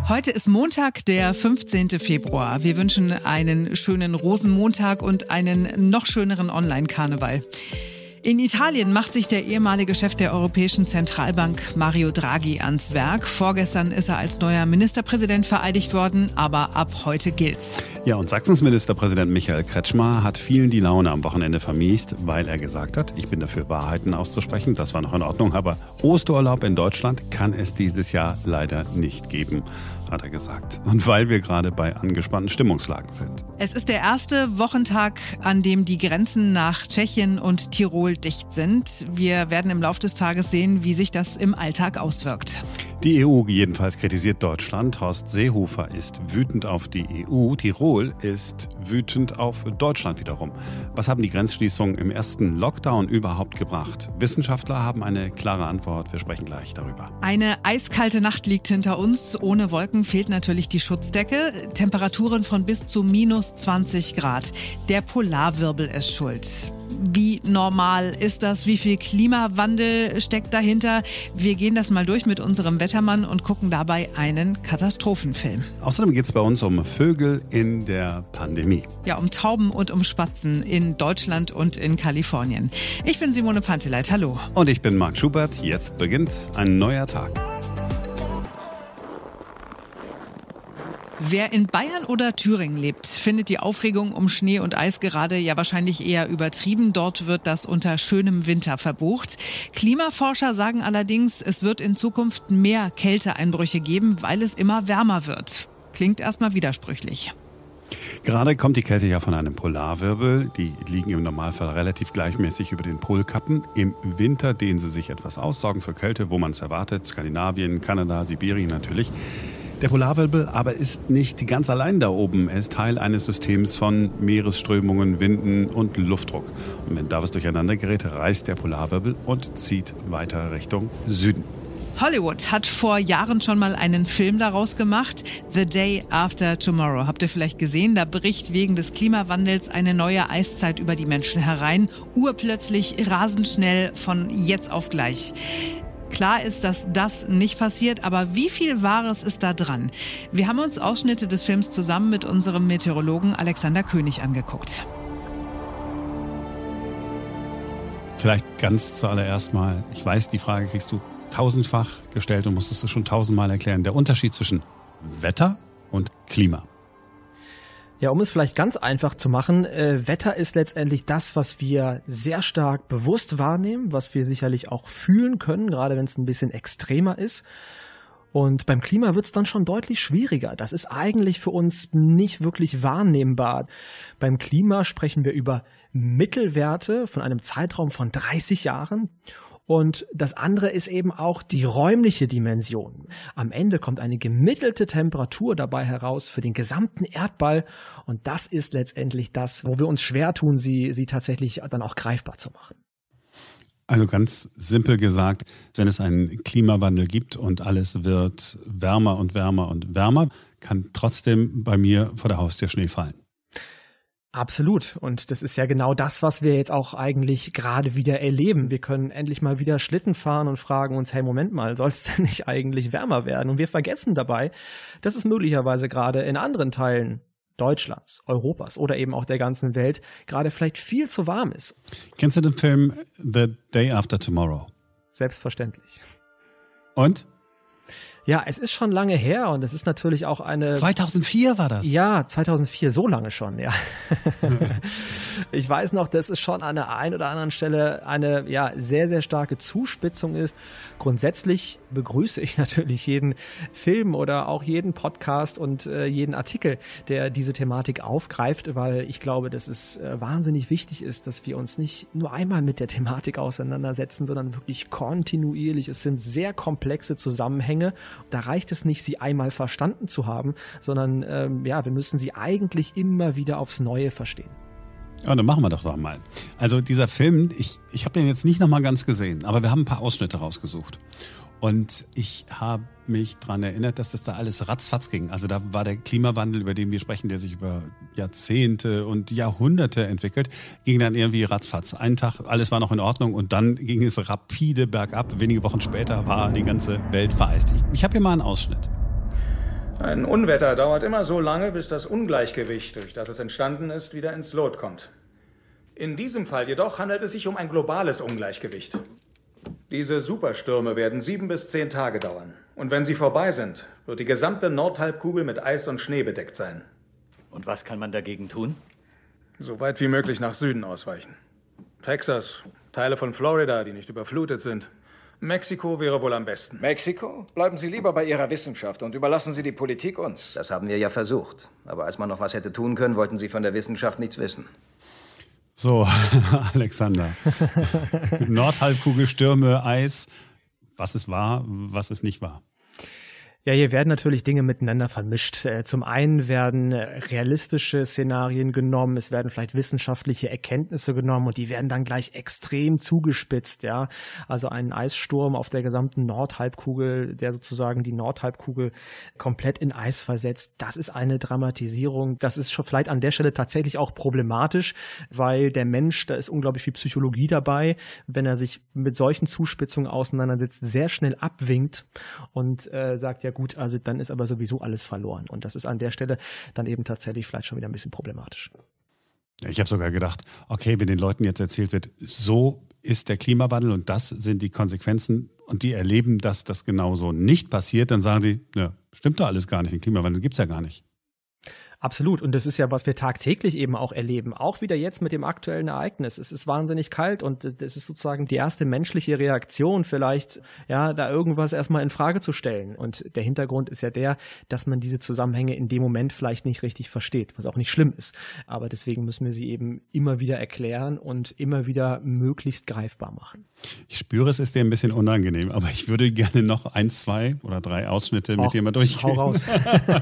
Heute ist Montag, der 15. Februar. Wir wünschen einen schönen Rosenmontag und einen noch schöneren Online-Karneval. In Italien macht sich der ehemalige Chef der Europäischen Zentralbank Mario Draghi ans Werk. Vorgestern ist er als neuer Ministerpräsident vereidigt worden, aber ab heute gilt's. Ja, und Sachsens Ministerpräsident Michael Kretschmer hat vielen die Laune am Wochenende vermiest, weil er gesagt hat, ich bin dafür, Wahrheiten auszusprechen. Das war noch in Ordnung, aber Osterurlaub in Deutschland kann es dieses Jahr leider nicht geben, hat er gesagt. Und weil wir gerade bei angespannten Stimmungslagen sind. Es ist der erste Wochentag, an dem die Grenzen nach Tschechien und Tirol dicht sind. Wir werden im Laufe des Tages sehen, wie sich das im Alltag auswirkt. Die EU jedenfalls kritisiert Deutschland. Horst Seehofer ist wütend auf die EU. Tirol ist wütend auf Deutschland wiederum. Was haben die Grenzschließungen im ersten Lockdown überhaupt gebracht? Wissenschaftler haben eine klare Antwort. Wir sprechen gleich darüber. Eine eiskalte Nacht liegt hinter uns. Ohne Wolken fehlt natürlich die Schutzdecke. Temperaturen von bis zu minus 20 Grad. Der Polarwirbel ist schuld. Wie normal ist das? Wie viel Klimawandel steckt dahinter? Wir gehen das mal durch mit unserem Wettermann und gucken dabei einen Katastrophenfilm. Außerdem geht es bei uns um Vögel in der Pandemie. Ja, um Tauben und um Spatzen in Deutschland und in Kalifornien. Ich bin Simone Panteleit. Hallo. Und ich bin Marc Schubert. Jetzt beginnt ein neuer Tag. Wer in Bayern oder Thüringen lebt, findet die Aufregung um Schnee und Eis gerade ja wahrscheinlich eher übertrieben. Dort wird das unter schönem Winter verbucht. Klimaforscher sagen allerdings, es wird in Zukunft mehr Kälteeinbrüche geben, weil es immer wärmer wird. Klingt erstmal widersprüchlich. Gerade kommt die Kälte ja von einem Polarwirbel. Die liegen im Normalfall relativ gleichmäßig über den Polkappen. Im Winter dehnen sie sich etwas aus, sorgen für Kälte, wo man es erwartet. Skandinavien, Kanada, Sibirien natürlich. Der Polarwirbel aber ist nicht ganz allein da oben. Er ist Teil eines Systems von Meeresströmungen, Winden und Luftdruck. Und wenn da was durcheinander gerät, reißt der Polarwirbel und zieht weiter Richtung Süden. Hollywood hat vor Jahren schon mal einen Film daraus gemacht, The Day After Tomorrow. Habt ihr vielleicht gesehen? Da bricht wegen des Klimawandels eine neue Eiszeit über die Menschen herein. Urplötzlich, rasend schnell, von jetzt auf gleich. Klar ist, dass das nicht passiert, aber wie viel Wahres ist da dran? Wir haben uns Ausschnitte des Films zusammen mit unserem Meteorologen Alexander König angeguckt. Vielleicht ganz zuallererst mal, ich weiß, die Frage kriegst du tausendfach gestellt und musstest du schon tausendmal erklären. Der Unterschied zwischen Wetter und Klima. Ja, um es vielleicht ganz einfach zu machen, Wetter ist letztendlich das, was wir sehr stark bewusst wahrnehmen, was wir sicherlich auch fühlen können, gerade wenn es ein bisschen extremer ist. Und beim Klima wird es dann schon deutlich schwieriger. Das ist eigentlich für uns nicht wirklich wahrnehmbar. Beim Klima sprechen wir über Mittelwerte von einem Zeitraum von 30 Jahren. Und das andere ist eben auch die räumliche Dimension. Am Ende kommt eine gemittelte Temperatur dabei heraus für den gesamten Erdball. Und das ist letztendlich das, wo wir uns schwer tun, sie tatsächlich dann auch greifbar zu machen. Also ganz simpel gesagt, wenn es einen Klimawandel gibt und alles wird wärmer und wärmer und wärmer, kann trotzdem bei mir vor der Haustür Schnee fallen. Absolut. Und das ist ja genau das, was wir jetzt auch eigentlich gerade wieder erleben. Wir können endlich mal wieder Schlitten fahren und fragen uns, hey, Moment mal, soll es denn nicht eigentlich wärmer werden? Und wir vergessen dabei, dass es möglicherweise gerade in anderen Teilen Deutschlands, Europas oder eben auch der ganzen Welt gerade vielleicht viel zu warm ist. Kennst du den Film The Day After Tomorrow? Selbstverständlich. Und? Ja, es ist schon lange her und es ist natürlich auch eine... 2004 war das? Ja, 2004, so lange schon, ja. Ich weiß noch, dass es schon an der einen oder anderen Stelle eine sehr, sehr starke Zuspitzung ist. Grundsätzlich begrüße ich natürlich jeden Film oder auch jeden Podcast und jeden Artikel, der diese Thematik aufgreift, weil ich glaube, dass es wahnsinnig wichtig ist, dass wir uns nicht nur einmal mit der Thematik auseinandersetzen, sondern wirklich kontinuierlich. Es sind sehr komplexe Zusammenhänge. Da reicht es nicht, sie einmal verstanden zu haben, sondern wir müssen sie eigentlich immer wieder aufs Neue verstehen. Ja, dann machen wir doch mal. Also dieser Film, ich habe den jetzt nicht nochmal ganz gesehen, aber wir haben ein paar Ausschnitte rausgesucht. Und ich habe mich daran erinnert, dass das da alles ratzfatz ging. Also da war der Klimawandel, über den wir sprechen, der sich über Jahrzehnte und Jahrhunderte entwickelt, ging dann irgendwie ratzfatz. Einen Tag, alles war noch in Ordnung und dann ging es rapide bergab. Wenige Wochen später war die ganze Welt vereist. Ich habe hier mal einen Ausschnitt. Ein Unwetter dauert immer so lange, bis das Ungleichgewicht, durch das es entstanden ist, wieder ins Lot kommt. In diesem Fall jedoch handelt es sich um ein globales Ungleichgewicht. Diese Superstürme werden 7 bis 10 Tage dauern. Und wenn sie vorbei sind, wird die gesamte Nordhalbkugel mit Eis und Schnee bedeckt sein. Und was kann man dagegen tun? So weit wie möglich nach Süden ausweichen. Texas, Teile von Florida, die nicht überflutet sind. Mexiko wäre wohl am besten. Mexiko? Bleiben Sie lieber bei Ihrer Wissenschaft und überlassen Sie die Politik uns. Das haben wir ja versucht. Aber als man noch was hätte tun können, wollten Sie von der Wissenschaft nichts wissen. So, Alexander. Nordhalbkugel, Stürme, Eis. Was ist wahr, was ist nicht wahr? Ja, hier werden natürlich Dinge miteinander vermischt. Zum einen werden realistische Szenarien genommen, es werden vielleicht wissenschaftliche Erkenntnisse genommen und die werden dann gleich extrem zugespitzt, ja. Also ein Eissturm auf der gesamten Nordhalbkugel, der sozusagen die Nordhalbkugel komplett in Eis versetzt, das ist eine Dramatisierung. Das ist schon vielleicht an der Stelle tatsächlich auch problematisch, weil der Mensch, da ist unglaublich viel Psychologie dabei, wenn er sich mit solchen Zuspitzungen auseinandersetzt, sehr schnell abwinkt und sagt, ja gut, also dann ist aber sowieso alles verloren. Und das ist an der Stelle dann eben tatsächlich vielleicht schon wieder ein bisschen problematisch. Ich habe sogar gedacht, okay, wenn den Leuten jetzt erzählt wird, so ist der Klimawandel und das sind die Konsequenzen und die erleben, dass das genauso nicht passiert, dann sagen sie, ja, stimmt doch alles gar nicht, den Klimawandel gibt es ja gar nicht. Absolut. Und das ist ja, was wir tagtäglich eben auch erleben. Auch wieder jetzt mit dem aktuellen Ereignis. Es ist wahnsinnig kalt und das ist sozusagen die erste menschliche Reaktion vielleicht, ja, da irgendwas erstmal in Frage zu stellen. Und der Hintergrund ist ja der, dass man diese Zusammenhänge in dem Moment vielleicht nicht richtig versteht, was auch nicht schlimm ist. Aber deswegen müssen wir sie eben immer wieder erklären und immer wieder möglichst greifbar machen. Ich spüre, es ist dir ein bisschen unangenehm, aber ich würde gerne noch 1, 2 oder 3 Ausschnitte mit dir mal durchgehen. Hau raus.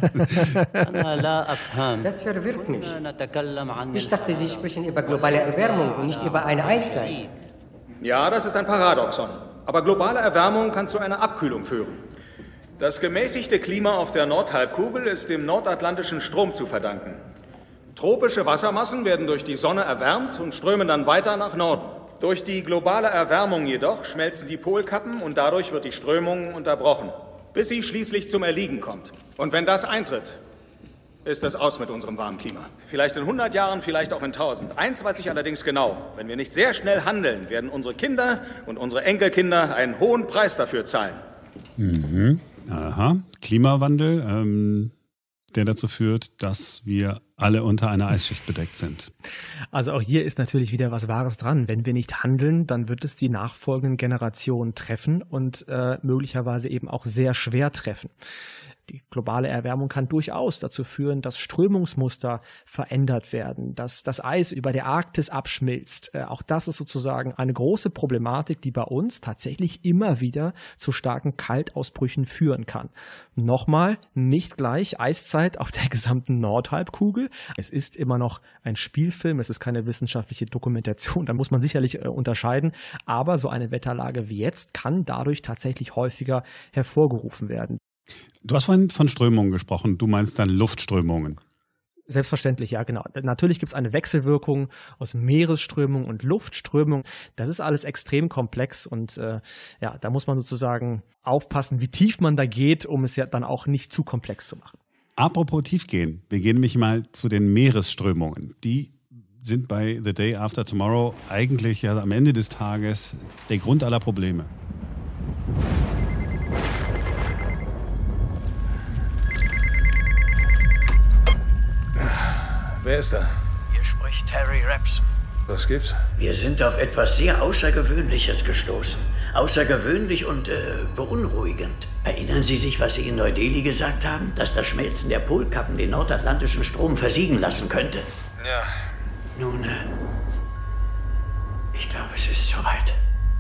Das verwirrt mich. Ich dachte, Sie sprechen über globale Erwärmung und nicht über eine Eiszeit. Ja, das ist ein Paradoxon. Aber globale Erwärmung kann zu einer Abkühlung führen. Das gemäßigte Klima auf der Nordhalbkugel ist dem nordatlantischen Strom zu verdanken. Tropische Wassermassen werden durch die Sonne erwärmt und strömen dann weiter nach Norden. Durch die globale Erwärmung jedoch schmelzen die Polkappen und dadurch wird die Strömung unterbrochen, bis sie schließlich zum Erliegen kommt. Und wenn das eintritt, ist es aus mit unserem warmen Klima. Vielleicht in 100 Jahren, vielleicht auch in 1000. Eins weiß ich allerdings genau. Wenn wir nicht sehr schnell handeln, werden unsere Kinder und unsere Enkelkinder einen hohen Preis dafür zahlen. Mhm. Aha. Klimawandel, der dazu führt, dass wir alle unter einer Eisschicht bedeckt sind. Also auch hier ist natürlich wieder was Wahres dran. Wenn wir nicht handeln, dann wird es die nachfolgenden Generationen treffen und möglicherweise eben auch sehr schwer treffen. Die globale Erwärmung kann durchaus dazu führen, dass Strömungsmuster verändert werden, dass das Eis über der Arktis abschmilzt. Auch das ist sozusagen eine große Problematik, die bei uns tatsächlich immer wieder zu starken Kaltausbrüchen führen kann. Nochmal, nicht gleich Eiszeit auf der gesamten Nordhalbkugel. Es ist immer noch ein Spielfilm, es ist keine wissenschaftliche Dokumentation, da muss man sicherlich unterscheiden. Aber so eine Wetterlage wie jetzt kann dadurch tatsächlich häufiger hervorgerufen werden. Du hast vorhin von Strömungen gesprochen. Du meinst dann Luftströmungen. Selbstverständlich, ja, genau. Natürlich gibt es eine Wechselwirkung aus Meeresströmung und Luftströmung. Das ist alles extrem komplex und ja, da muss man sozusagen aufpassen, wie tief man da geht, um es ja dann auch nicht zu komplex zu machen. Apropos tiefgehen, wir gehen nämlich mal zu den Meeresströmungen. Die sind bei The Day After Tomorrow eigentlich ja am Ende des Tages der Grund aller Probleme. Wer ist da? Hier spricht Terry Rapson. Was gibt's? Wir sind auf etwas sehr Außergewöhnliches gestoßen. Außergewöhnlich und beunruhigend. Erinnern Sie sich, was Sie in Neu-Delhi gesagt haben? Dass das Schmelzen der Polkappen den nordatlantischen Strom versiegen lassen könnte? Ja. Nun, ich glaube, es ist soweit.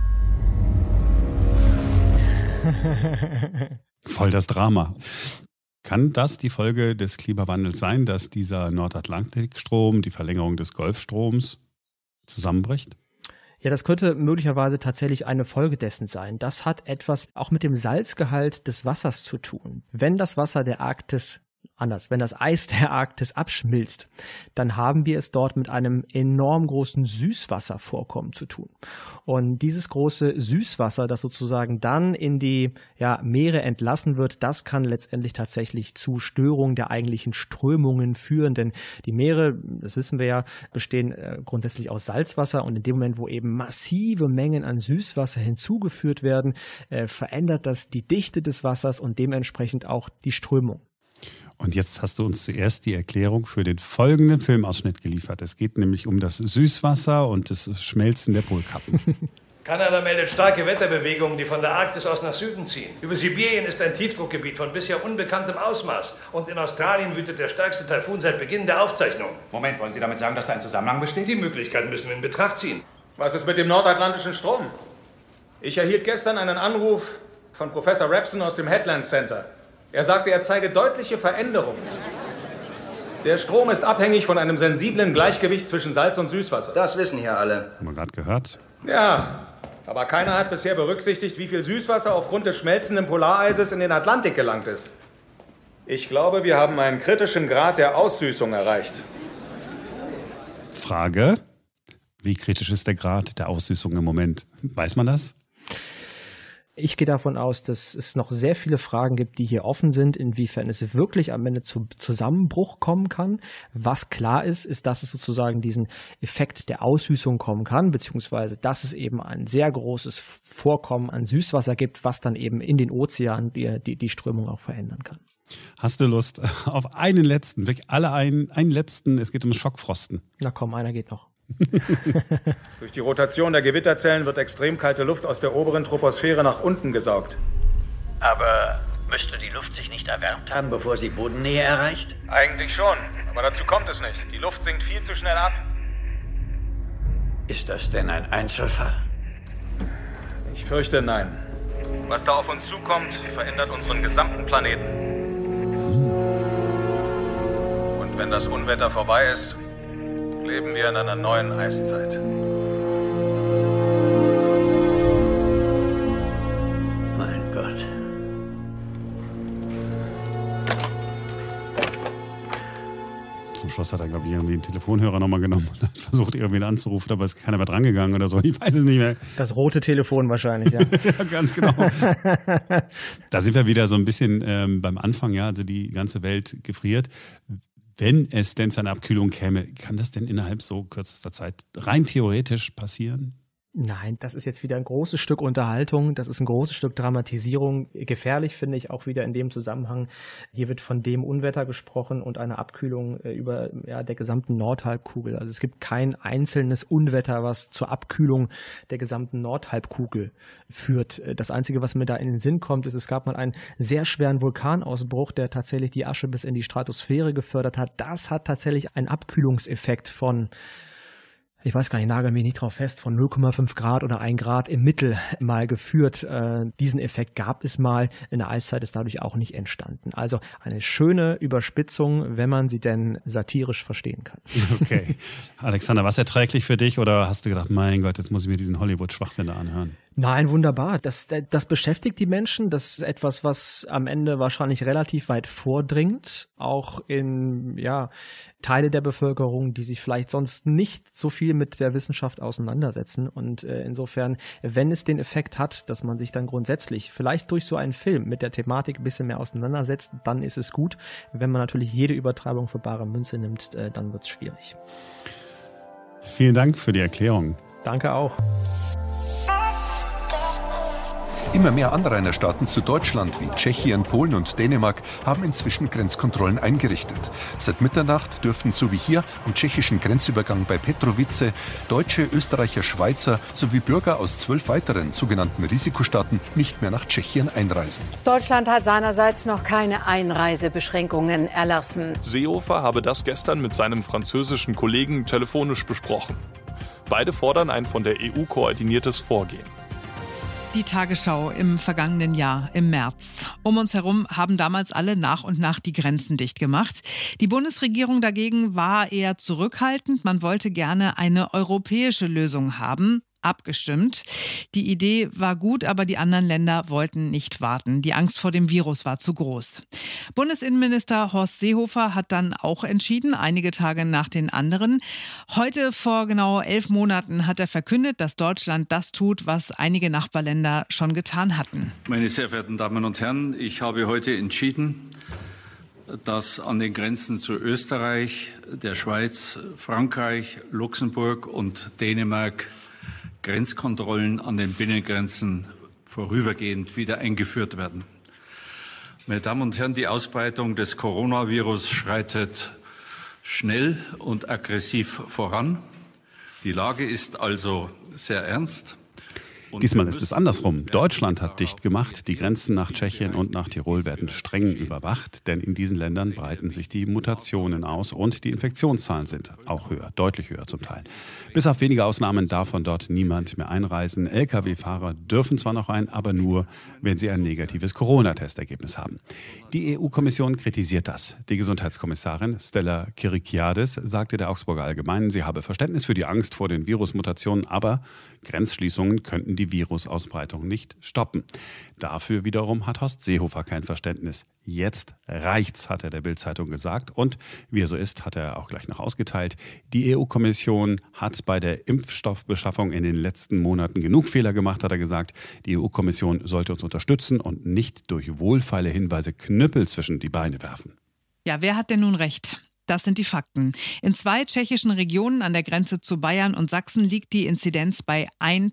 Voll das Drama. Kann das die Folge des Klimawandels sein, dass dieser Nordatlantikstrom, die Verlängerung des Golfstroms zusammenbricht? Ja, das könnte möglicherweise tatsächlich eine Folge dessen sein. Das hat etwas auch mit dem Salzgehalt des Wassers zu tun. Wenn das Wasser der Arktis Anders. Wenn das Eis der Arktis abschmilzt, dann haben wir es dort mit einem enorm großen Süßwasservorkommen zu tun. Und dieses große Süßwasser, das sozusagen dann in die Meere entlassen wird, das kann letztendlich tatsächlich zu Störungen der eigentlichen Strömungen führen. Denn die Meere, das wissen wir ja, bestehen grundsätzlich aus Salzwasser. Und in dem Moment, wo eben massive Mengen an Süßwasser hinzugeführt werden, verändert das die Dichte des Wassers und dementsprechend auch die Strömung. Und jetzt hast du uns zuerst die Erklärung für den folgenden Filmausschnitt geliefert. Es geht nämlich um das Süßwasser und das Schmelzen der Polkappen. Kanada meldet starke Wetterbewegungen, die von der Arktis aus nach Süden ziehen. Über Sibirien ist ein Tiefdruckgebiet von bisher unbekanntem Ausmaß. Und in Australien wütet der stärkste Taifun seit Beginn der Aufzeichnung. Moment, wollen Sie damit sagen, dass da ein Zusammenhang besteht? Die Möglichkeit müssen wir in Betracht ziehen. Was ist mit dem nordatlantischen Strom? Ich erhielt gestern einen Anruf von Professor Rapson aus dem Headland Center. Er sagte, er zeige deutliche Veränderungen. Der Strom ist abhängig von einem sensiblen Gleichgewicht zwischen Salz und Süßwasser. Das wissen hier alle. Haben wir gerade gehört. Ja, aber keiner hat bisher berücksichtigt, wie viel Süßwasser aufgrund des schmelzenden Polareises in den Atlantik gelangt ist. Ich glaube, wir haben einen kritischen Grad der Aussüßung erreicht. Frage: Wie kritisch ist der Grad der Aussüßung im Moment? Weiß man das? Ich gehe davon aus, dass es noch sehr viele Fragen gibt, die hier offen sind, inwiefern es wirklich am Ende zu Zusammenbruch kommen kann. Was klar ist, ist, dass es sozusagen diesen Effekt der Aussüßung kommen kann, beziehungsweise dass es eben ein sehr großes Vorkommen an Süßwasser gibt, was dann eben in den Ozeanen die Strömung auch verändern kann. Hast du Lust auf einen letzten, wirklich einen letzten, es geht um Schockfrosten. Na komm, einer geht noch. Durch die Rotation der Gewitterzellen wird extrem kalte Luft aus der oberen Troposphäre nach unten gesaugt. Aber müsste die Luft sich nicht erwärmt haben, bevor sie Bodennähe erreicht? Eigentlich schon, aber dazu kommt es nicht. Die Luft sinkt viel zu schnell ab. Ist das denn ein Einzelfall? Ich fürchte, nein. Was da auf uns zukommt, verändert unseren gesamten Planeten. Und wenn das Unwetter vorbei ist, leben wir in einer neuen Eiszeit. Mein Gott. Zum Schluss hat er, glaube ich, irgendwie einen Telefonhörer nochmal genommen und hat versucht, irgendwen anzurufen, aber ist keiner mehr drangegangen oder so. Ich weiß es nicht mehr. Das rote Telefon wahrscheinlich, ja. Ja, ganz genau. Da sind wir wieder so ein bisschen beim Anfang, ja, also die ganze Welt gefriert. Wenn es denn zu einer Abkühlung käme, kann das denn innerhalb so kürzester Zeit rein theoretisch passieren? Nein, das ist jetzt wieder ein großes Stück Unterhaltung, das ist ein großes Stück Dramatisierung. Gefährlich finde ich auch wieder in dem Zusammenhang. Hier wird von dem Unwetter gesprochen und einer Abkühlung über der gesamten Nordhalbkugel. Also es gibt kein einzelnes Unwetter, was zur Abkühlung der gesamten Nordhalbkugel führt. Das Einzige, was mir da in den Sinn kommt, ist, es gab mal einen sehr schweren Vulkanausbruch, der tatsächlich die Asche bis in die Stratosphäre gefördert hat. Das hat tatsächlich einen Abkühlungseffekt von, ich weiß gar nicht, nagel mich nicht drauf fest, von 0,5 Grad oder 1 Grad im Mittel mal geführt. Diesen Effekt gab es mal. In der Eiszeit ist dadurch auch nicht entstanden. Also eine schöne Überspitzung, wenn man sie denn satirisch verstehen kann. Okay. Alexander, was erträglich für dich? Oder hast du gedacht, mein Gott, jetzt muss ich mir diesen Hollywood-Schwachsinn da anhören? Nein, wunderbar. Das beschäftigt die Menschen. Das ist etwas, was am Ende wahrscheinlich relativ weit vordringt. Auch in Teile der Bevölkerung, die sich vielleicht sonst nicht so viel mit der Wissenschaft auseinandersetzen. Und insofern, wenn es den Effekt hat, dass man sich dann grundsätzlich vielleicht durch so einen Film mit der Thematik ein bisschen mehr auseinandersetzt, dann ist es gut. Wenn man natürlich jede Übertreibung für bare Münze nimmt, dann wird es schwierig. Vielen Dank für die Erklärung. Danke auch. Immer mehr Anrainerstaaten zu Deutschland wie Tschechien, Polen und Dänemark haben inzwischen Grenzkontrollen eingerichtet. Seit Mitternacht dürften so wie hier am tschechischen Grenzübergang bei Petrovice Deutsche, Österreicher, Schweizer sowie Bürger aus 12 weiteren sogenannten Risikostaaten nicht mehr nach Tschechien einreisen. Deutschland hat seinerseits noch keine Einreisebeschränkungen erlassen. Seehofer habe das gestern mit seinem französischen Kollegen telefonisch besprochen. Beide fordern ein von der EU koordiniertes Vorgehen. Die Tagesschau im vergangenen Jahr, im März. Um uns herum haben damals alle nach und nach die Grenzen dicht gemacht. Die Bundesregierung dagegen war eher zurückhaltend. Man wollte gerne eine europäische Lösung haben. abgestimmt. Die Idee war gut, aber die anderen Länder wollten nicht warten. Die Angst vor dem Virus war zu groß. Bundesinnenminister Horst Seehofer hat dann auch entschieden, einige Tage nach den anderen. Heute vor genau 11 Monaten hat er verkündet, dass Deutschland das tut, was einige Nachbarländer schon getan hatten. Meine sehr verehrten Damen und Herren, ich habe heute entschieden, dass an den Grenzen zu Österreich, der Schweiz, Frankreich, Luxemburg und Dänemark Grenzkontrollen an den Binnengrenzen vorübergehend wieder eingeführt werden. Meine Damen und Herren, die Ausbreitung des Coronavirus schreitet schnell und aggressiv voran. Die Lage ist also sehr ernst. Diesmal ist es andersrum. Deutschland hat dicht gemacht. Die Grenzen nach Tschechien und nach Tirol werden streng überwacht, denn in diesen Ländern breiten sich die Mutationen aus und die Infektionszahlen sind auch höher, deutlich höher zum Teil. Bis auf wenige Ausnahmen darf von dort niemand mehr einreisen. Lkw-Fahrer dürfen zwar noch rein, aber nur, wenn sie ein negatives Corona-Testergebnis haben. Die EU-Kommission kritisiert das. Die Gesundheitskommissarin Stella Kyriakides sagte der Augsburger Allgemeinen, sie habe Verständnis für die Angst vor den Virusmutationen, aber Grenzschließungen könnten die Virusausbreitung nicht stoppen. Dafür wiederum hat Horst Seehofer kein Verständnis. Jetzt reicht's, hat er der Bild-Zeitung gesagt. Und wie er so ist, hat er auch gleich noch ausgeteilt. Die EU-Kommission hat bei der Impfstoffbeschaffung in den letzten Monaten genug Fehler gemacht, hat er gesagt. Die EU-Kommission sollte uns unterstützen und nicht durch wohlfeile Hinweise Knüppel zwischen die Beine werfen. Ja, wer hat denn nun recht? Das sind die Fakten. In 2 tschechischen Regionen an der Grenze zu Bayern und Sachsen liegt die Inzidenz bei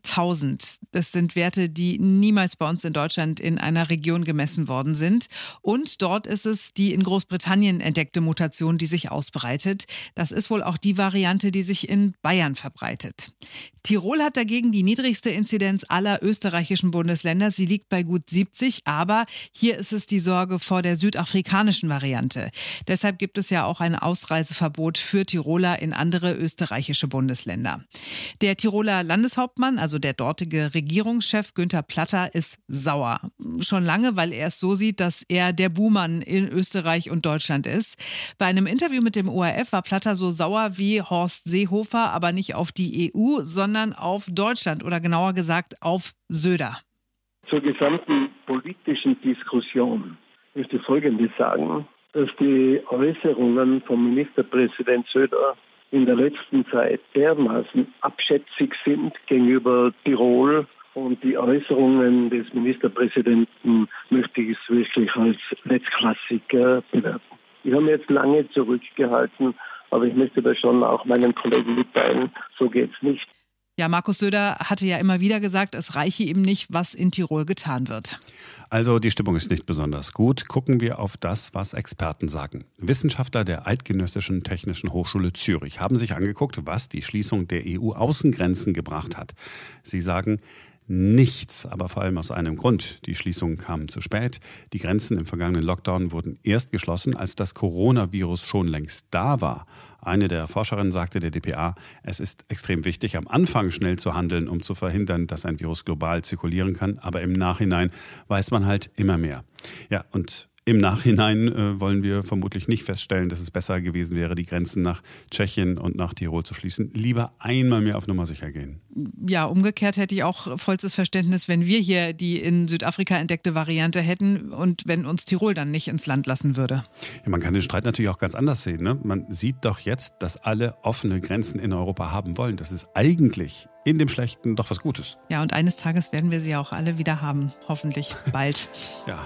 1000. Das sind Werte, die niemals bei uns in Deutschland in einer Region gemessen worden sind. Und dort ist es die in Großbritannien entdeckte Mutation, die sich ausbreitet. Das ist wohl auch die Variante, die sich in Bayern verbreitet. Tirol hat dagegen die niedrigste Inzidenz aller österreichischen Bundesländer. Sie liegt bei gut 70, aber hier ist es die Sorge vor der südafrikanischen Variante. Deshalb gibt es ja auch ein Ausreiseverbot für Tiroler in andere österreichische Bundesländer. Der Tiroler Landeshauptmann, also der dortige Regierungschef Günther Platter, ist sauer. Schon lange, weil er es so sieht, dass er der Buhmann in Österreich und Deutschland ist. Bei einem Interview mit dem ORF war Platter so sauer wie Horst Seehofer, aber nicht auf die EU, sondern auf Deutschland oder genauer gesagt auf Söder. Zur gesamten politischen Diskussion möchte ich Folgendes sagen, dass die Äußerungen vom Ministerpräsident Söder in der letzten Zeit dermaßen abschätzig sind gegenüber Tirol und die Äußerungen des Ministerpräsidenten möchte ich es wirklich als letztklassig bewerten. Ich habe mich jetzt lange zurückgehalten, aber ich möchte das schon auch meinen Kollegen mitteilen, so geht's nicht. Ja, Markus Söder hatte ja immer wieder gesagt, es reiche ihm nicht, was in Tirol getan wird. Also die Stimmung ist nicht besonders gut. Gucken wir auf das, was Experten sagen. Wissenschaftler der Eidgenössischen Technischen Hochschule Zürich haben sich angeguckt, was die Schließung der EU-Außengrenzen gebracht hat. Sie sagen, nichts, aber vor allem aus einem Grund. Die Schließungen kamen zu spät. Die Grenzen im vergangenen Lockdown wurden erst geschlossen, als das Coronavirus schon längst da war. Eine der Forscherinnen sagte der dpa, es ist extrem wichtig, am Anfang schnell zu handeln, um zu verhindern, dass ein Virus global zirkulieren kann. Aber im Nachhinein weiß man halt immer mehr. Ja, und im Nachhinein wollen wir vermutlich nicht feststellen, dass es besser gewesen wäre, die Grenzen nach Tschechien und nach Tirol zu schließen. Lieber einmal mehr auf Nummer sicher gehen. Ja, umgekehrt hätte ich auch vollstes Verständnis, wenn wir hier die in Südafrika entdeckte Variante hätten und wenn uns Tirol dann nicht ins Land lassen würde. Ja, man kann den Streit natürlich auch ganz anders sehen, ne? Man sieht doch jetzt, dass alle offene Grenzen in Europa haben wollen. Das ist eigentlich in dem Schlechten doch was Gutes. Ja, und eines Tages werden wir sie auch alle wieder haben. Hoffentlich bald. Ja.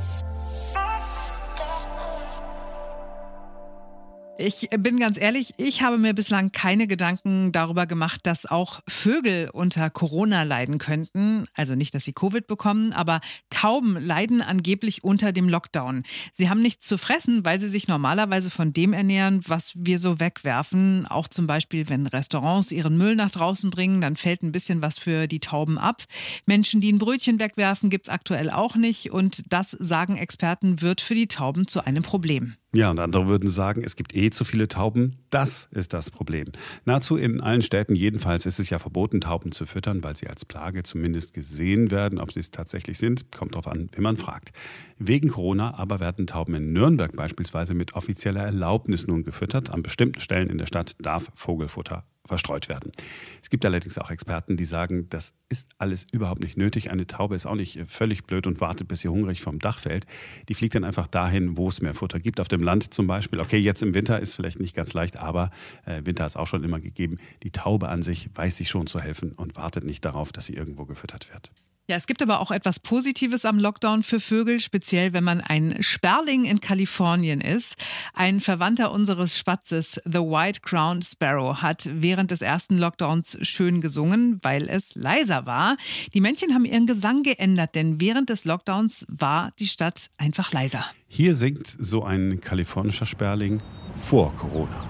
Ich bin ganz ehrlich, ich habe mir bislang keine Gedanken darüber gemacht, dass auch Vögel unter Corona leiden könnten. Also nicht, dass sie Covid bekommen, aber Tauben leiden angeblich unter dem Lockdown. Sie haben nichts zu fressen, weil sie sich normalerweise von dem ernähren, was wir so wegwerfen. Auch zum Beispiel, wenn Restaurants ihren Müll nach draußen bringen, dann fällt ein bisschen was für die Tauben ab. Menschen, die ein Brötchen wegwerfen, gibt es aktuell auch nicht. Und das, sagen Experten, wird für die Tauben zu einem Problem. Ja, und andere würden sagen, es gibt zu viele Tauben. Das ist das Problem. Nahezu in allen Städten jedenfalls ist es ja verboten, Tauben zu füttern, weil sie als Plage zumindest gesehen werden. Ob sie es tatsächlich sind, kommt darauf an, wie man fragt. Wegen Corona aber werden Tauben in Nürnberg beispielsweise mit offizieller Erlaubnis nun gefüttert. An bestimmten Stellen in der Stadt darf Vogelfutter verstreut werden. Es gibt allerdings auch Experten, die sagen, das ist alles überhaupt nicht nötig. Eine Taube ist auch nicht völlig blöd und wartet, bis sie hungrig vom Dach fällt. Die fliegt dann einfach dahin, wo es mehr Futter gibt. Auf dem Land zum Beispiel. Okay, jetzt im Winter ist vielleicht nicht ganz leicht, aber Winter ist auch schon immer gegeben. Die Taube an sich weiß sich schon zu helfen und wartet nicht darauf, dass sie irgendwo gefüttert wird. Ja, es gibt aber auch etwas Positives am Lockdown für Vögel, speziell wenn man ein Sperling in Kalifornien ist. Ein Verwandter unseres Spatzes, The White-Crowned Sparrow, hat während des ersten Lockdowns schön gesungen, weil es leiser war. Die Männchen haben ihren Gesang geändert, denn während des Lockdowns war die Stadt einfach leiser. Hier singt so ein kalifornischer Sperling vor Corona.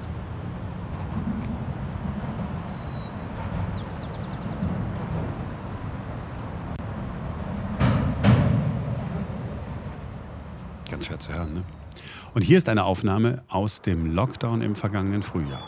Ganz schwer zu hören, ne? Und hier ist eine Aufnahme aus dem Lockdown im vergangenen Frühjahr.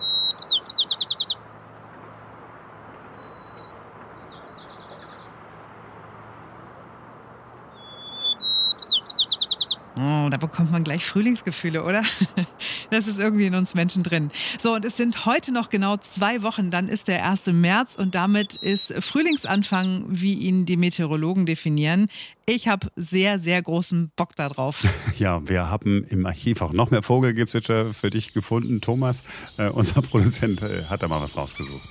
Oh, da bekommt man gleich Frühlingsgefühle, oder? Das ist irgendwie in uns Menschen drin. So, und es sind heute noch genau 2 Wochen, dann ist der 1. März und damit ist Frühlingsanfang, wie ihn die Meteorologen definieren. Ich habe sehr, sehr großen Bock da drauf. Ja, wir haben im Archiv auch noch mehr Vogelgezwitscher für dich gefunden. Thomas, unser Produzent, hat da mal was rausgesucht.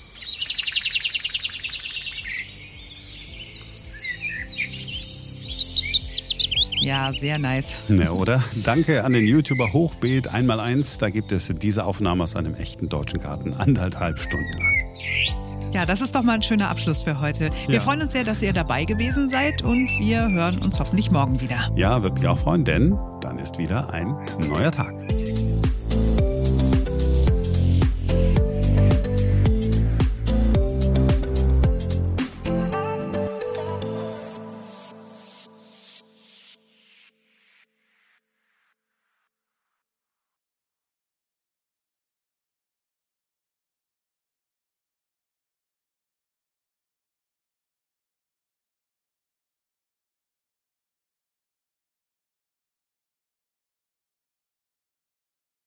Ja, sehr nice. Ja, oder? Danke an den YouTuber Hochbeet 1x1. Da gibt es diese Aufnahme aus einem echten deutschen Garten, 1,5 Stunden lang. Ja, das ist doch mal ein schöner Abschluss für heute. Wir freuen uns sehr, dass ihr dabei gewesen seid und wir hören uns hoffentlich morgen wieder. Ja, würde mich auch freuen, denn dann ist wieder ein neuer Tag.